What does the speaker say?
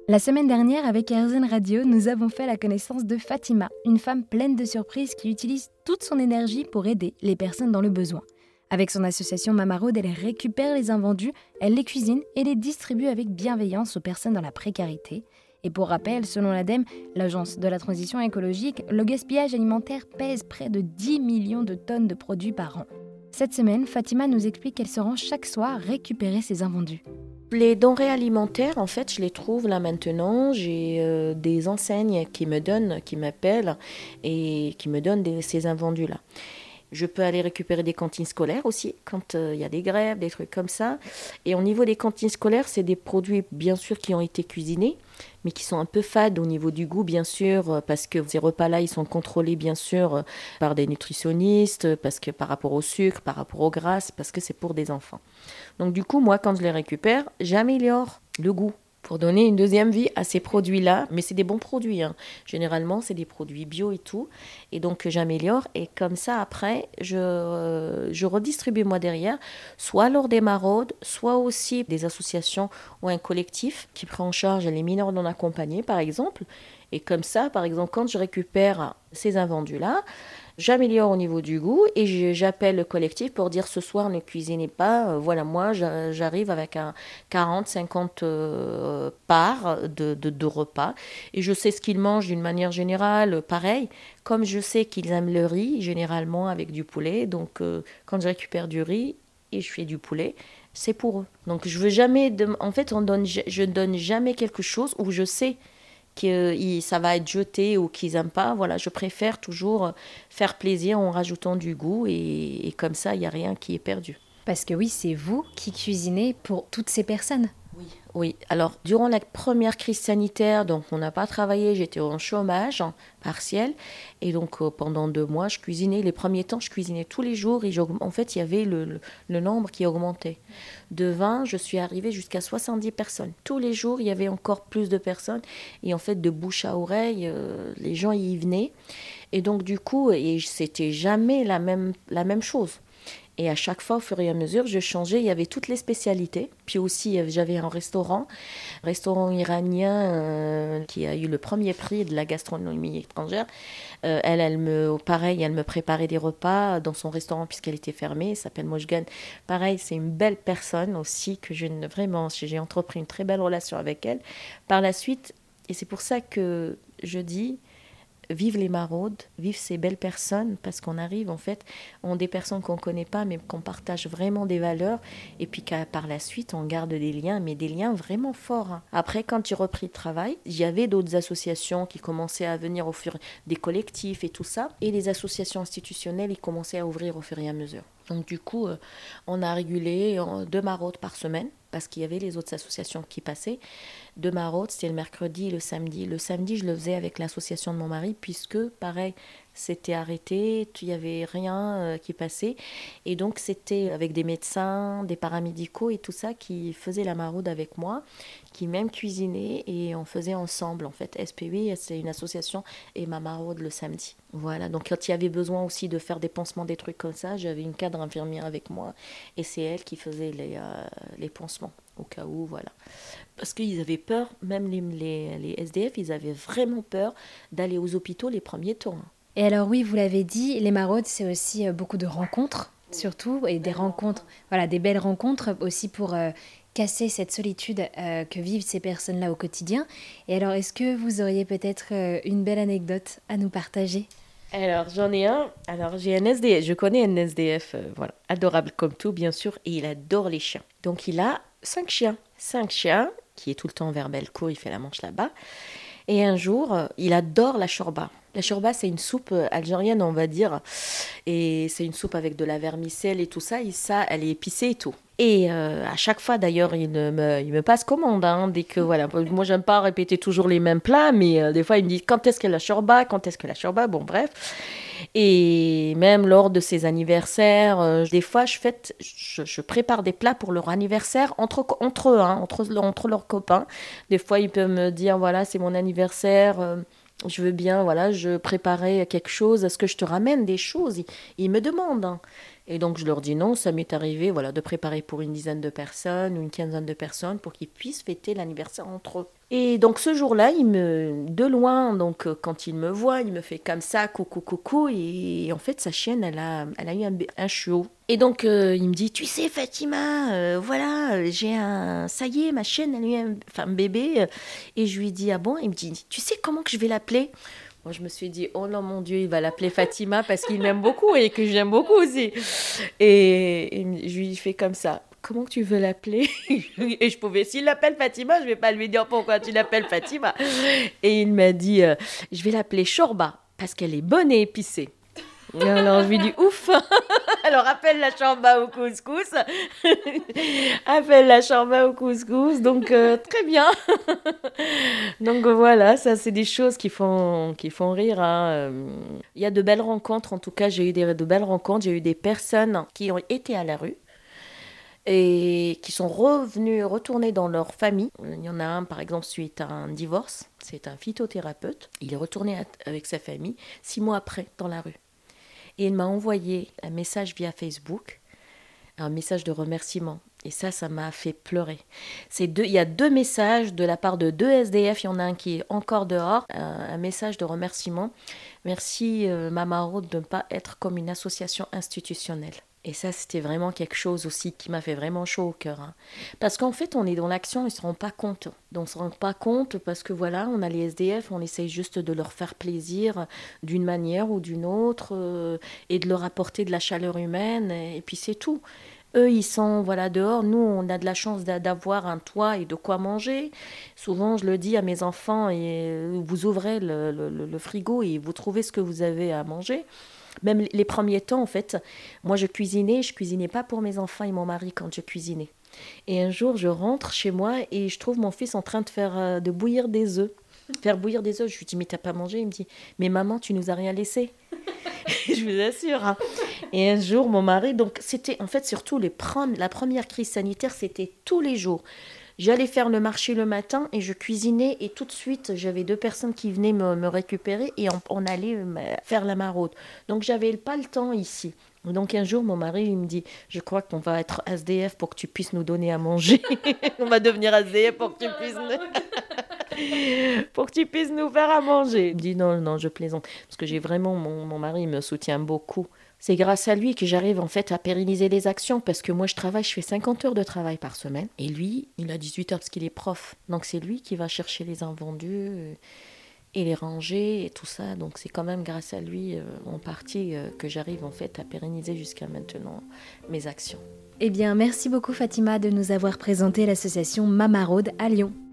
La semaine dernière, avec RZN Radio, nous avons fait la connaissance de Fatima, une femme pleine de surprises qui utilise toute son énergie pour aider les personnes dans le besoin. Avec son association Mama Road, elle récupère les invendus, elle les cuisine et les distribue avec bienveillance aux personnes dans la précarité. Et pour rappel, selon l'ADEME, l'Agence de la transition écologique, le gaspillage alimentaire pèse près de 10 millions de tonnes de produits par an. Cette semaine, Fatima nous explique qu'elle se rend chaque soir récupérer ses invendus. Les denrées alimentaires, en fait, je les trouve là maintenant. J'ai des enseignes qui m'appellent et qui me donnent ces invendus-là. Je peux aller récupérer des cantines scolaires aussi, quand il y a des grèves, des trucs comme ça. Et au niveau des cantines scolaires, c'est des produits, bien sûr, qui ont été cuisinés, mais qui sont un peu fades au niveau du goût, bien sûr, parce que ces repas-là, ils sont contrôlés, bien sûr, par des nutritionnistes, parce que par rapport au sucre, par rapport aux grasses, parce que c'est pour des enfants. Donc du coup, moi, quand je les récupère, j'améliore le goût pour donner une deuxième vie à ces produits-là. Mais c'est des bons produits, hein. Généralement, c'est des produits bio et tout. Et donc, j'améliore. Et comme ça, après, je redistribue moi derrière, soit lors des maraudes, soit aussi des associations ou un collectif qui prend en charge les mineurs non accompagnés, par exemple. Et comme ça, par exemple, quand je récupère ces invendus-là, j'améliore au niveau du goût et j'appelle le collectif pour dire ce soir ne cuisinez pas. Voilà, moi j'arrive avec un 40-50 parts de repas et je sais ce qu'ils mangent d'une manière générale. Pareil, comme je sais qu'ils aiment le riz, généralement avec du poulet, donc quand je récupère du riz et je fais du poulet, c'est pour eux. Donc je veux jamais, en fait, je ne donne jamais quelque chose où je sais que ça va être jeté ou qu'ils n'aiment pas. Voilà, je préfère toujours faire plaisir en rajoutant du goût et comme ça, il n'y a rien qui est perdu. Parce que oui, c'est vous qui cuisinez pour toutes ces personnes. Oui, alors durant la première crise sanitaire, donc on n'a pas travaillé, j'étais en chômage partiel et donc pendant 2 mois je cuisinais. Les premiers temps je cuisinais tous les jours et en fait il y avait le nombre qui augmentait. De 20, je suis arrivée jusqu'à 70 personnes. Tous les jours il y avait encore plus de personnes et en fait de bouche à oreille, les gens y venaient et donc du coup et c'était jamais la même chose. Et à chaque fois, au fur et à mesure, je changeais. Il y avait toutes les spécialités. Puis aussi, j'avais un restaurant iranien qui a eu le premier prix de la gastronomie étrangère. Elle me préparait des repas dans son restaurant puisqu'elle était fermée. Elle s'appelle Mojgan. Pareil, c'est une belle personne aussi que j'ai entrepris une très belle relation avec elle. Par la suite, et c'est pour ça que je dis, vive les maraudes, vive ces belles personnes, parce qu'on arrive en fait, on des personnes qu'on ne connaît pas, mais qu'on partage vraiment des valeurs, et puis qu'à par la suite, on garde des liens, mais des liens vraiment forts, hein. Après, quand j'ai repris le travail, il y avait d'autres associations qui commençaient à venir au fur des collectifs et tout ça, et les associations institutionnelles, ils commençaient à ouvrir au fur et à mesure. Donc du coup, on a régulé 2 maraudes par semaine, parce qu'il y avait les autres associations qui passaient. 2 maraudes, c'était le mercredi et le samedi. Le samedi, je le faisais avec l'association de mon mari, puisque, pareil, c'était arrêté, il n'y avait rien qui passait. Et donc, c'était avec des médecins, des paramédicaux et tout ça qui faisaient la maraude avec moi, qui même cuisinaient et on faisait ensemble, en fait. SPV, c'est une association, et ma maraude le samedi. Voilà, donc quand il y avait besoin aussi de faire des pansements, des trucs comme ça, j'avais une cadre infirmière avec moi et c'est elle qui faisait les pansements, au cas où, voilà. Parce qu'ils avaient peur, même les SDF, ils avaient vraiment peur d'aller aux hôpitaux les premiers temps. Et alors oui, vous l'avez dit, les maraudes, c'est aussi beaucoup de rencontres, surtout, et des rencontres, voilà, des belles rencontres aussi pour casser cette solitude que vivent ces personnes-là au quotidien. Et alors, est-ce que vous auriez peut-être une belle anecdote à nous partager ? Alors, j'en ai un. Alors, j'ai un SDF. Je connais un SDF, voilà, adorable comme tout, bien sûr, et il adore les chiens. Donc, il a 5 chiens. 5 chiens, qui est tout le temps vers Bellecour, il fait la manche là-bas. Et un jour, il adore la chorba. La chorba, c'est une soupe algérienne, on va dire. Et c'est une soupe avec de la vermicelle et tout ça. Et ça, elle est épicée et tout. Et à chaque fois, d'ailleurs, il me passe commande. Hein, dès que, voilà, moi, j'aime pas répéter toujours les mêmes plats, mais des fois, il me dit quand est-ce que la chorba, quand est-ce que la chorba. Bon, bref. Et même lors de ses anniversaires, des fois, je prépare des plats pour leur anniversaire entre eux, hein, entre leurs copains. Des fois, ils peuvent me dire voilà, c'est mon anniversaire. Je veux bien, voilà, je préparais quelque chose, est-ce que je te ramène des choses? Ils me demandent, hein. Et donc je leur dis non, ça m'est arrivé, voilà, de préparer pour une dizaine de personnes ou une quinzaine de personnes pour qu'ils puissent fêter l'anniversaire entre eux. Et donc ce jour-là, de loin, donc quand il me voit, il me fait comme ça, coucou, coucou, et en fait sa chienne, elle a eu un chiot. Et donc il me dit, tu sais Fatima, voilà, ça y est, ma chienne, elle a eu un bébé. Et je lui dis, ah bon? Il me dit, tu sais comment que je vais l'appeler? Moi, je me suis dit, oh non, mon Dieu, il va l'appeler Fatima parce qu'il m'aime beaucoup et que j'aime beaucoup aussi. Et je lui fais comme ça. Comment tu veux l'appeler? Et je pouvais, s'il l'appelle Fatima, je ne vais pas lui dire pourquoi tu l'appelles Fatima. Et il m'a dit, je vais l'appeler Shorba parce qu'elle est bonne et épicée. Alors je lui dis ouf. Alors appelle la Shorba au couscous. Appelle la Shorba au couscous. Donc très bien. Donc voilà, ça c'est des choses qui font rire, hein. Il y a de belles rencontres. En tout cas, j'ai eu de belles rencontres. J'ai eu des personnes qui ont été à la rue et qui sont retournées dans leur famille. Il y en a un, par exemple, suite à un divorce. C'est un phytothérapeute. Il est retourné avec sa famille 6 mois après dans la rue. Et il m'a envoyé un message via Facebook, un message de remerciement. Et ça m'a fait pleurer. Il y a 2 messages de la part de 2 SDF. Il y en a un qui est encore dehors. Un message de remerciement. Merci Mamaro de ne pas être comme une association institutionnelle. Et ça, c'était vraiment quelque chose aussi qui m'a fait vraiment chaud au cœur, hein. Parce qu'en fait, on est dans l'action, ils ne se rendent pas compte. On ne se rend pas compte parce que voilà, on a les SDF, on essaye juste de leur faire plaisir d'une manière ou d'une autre et de leur apporter de la chaleur humaine et puis c'est tout. Eux, ils sont dehors. Nous, on a de la chance d'avoir un toit et de quoi manger. Souvent, je le dis à mes enfants, vous ouvrez le frigo et vous trouvez ce que vous avez à manger. Même les premiers temps, en fait, moi, je cuisinais pas pour mes enfants et mon mari quand je cuisinais. Et un jour, je rentre chez moi et je trouve mon fils en train de bouillir des œufs. Faire bouillir des œufs. Je lui dis, mais t'as pas mangé? Il me dit, mais maman, tu nous as rien laissé. Je vous assure, hein. Et un jour, mon mari, donc c'était en fait surtout la première crise sanitaire, c'était tous les jours. J'allais faire le marché le matin et je cuisinais et tout de suite, j'avais 2 personnes qui venaient me récupérer et on allait faire la maraude. Donc, j'avais pas le temps ici. Donc, un jour, mon mari, il me dit, je crois qu'on va être SDF pour que tu puisses nous donner à manger. On va devenir SDF pour que tu puisses pour que tu puisses nous faire à manger. Il me dit, non, non, je plaisante. Parce que j'ai vraiment, mon mari, il me soutient beaucoup. C'est grâce à lui que j'arrive en fait à pérenniser les actions parce que moi je fais 50 heures de travail par semaine et lui il a 18 heures parce qu'il est prof. Donc c'est lui qui va chercher les invendus et les ranger et tout ça. Donc c'est quand même grâce à lui en partie que j'arrive en fait à pérenniser jusqu'à maintenant mes actions. Eh bien merci beaucoup Fatima de nous avoir présenté l'association Mamaraude à Lyon.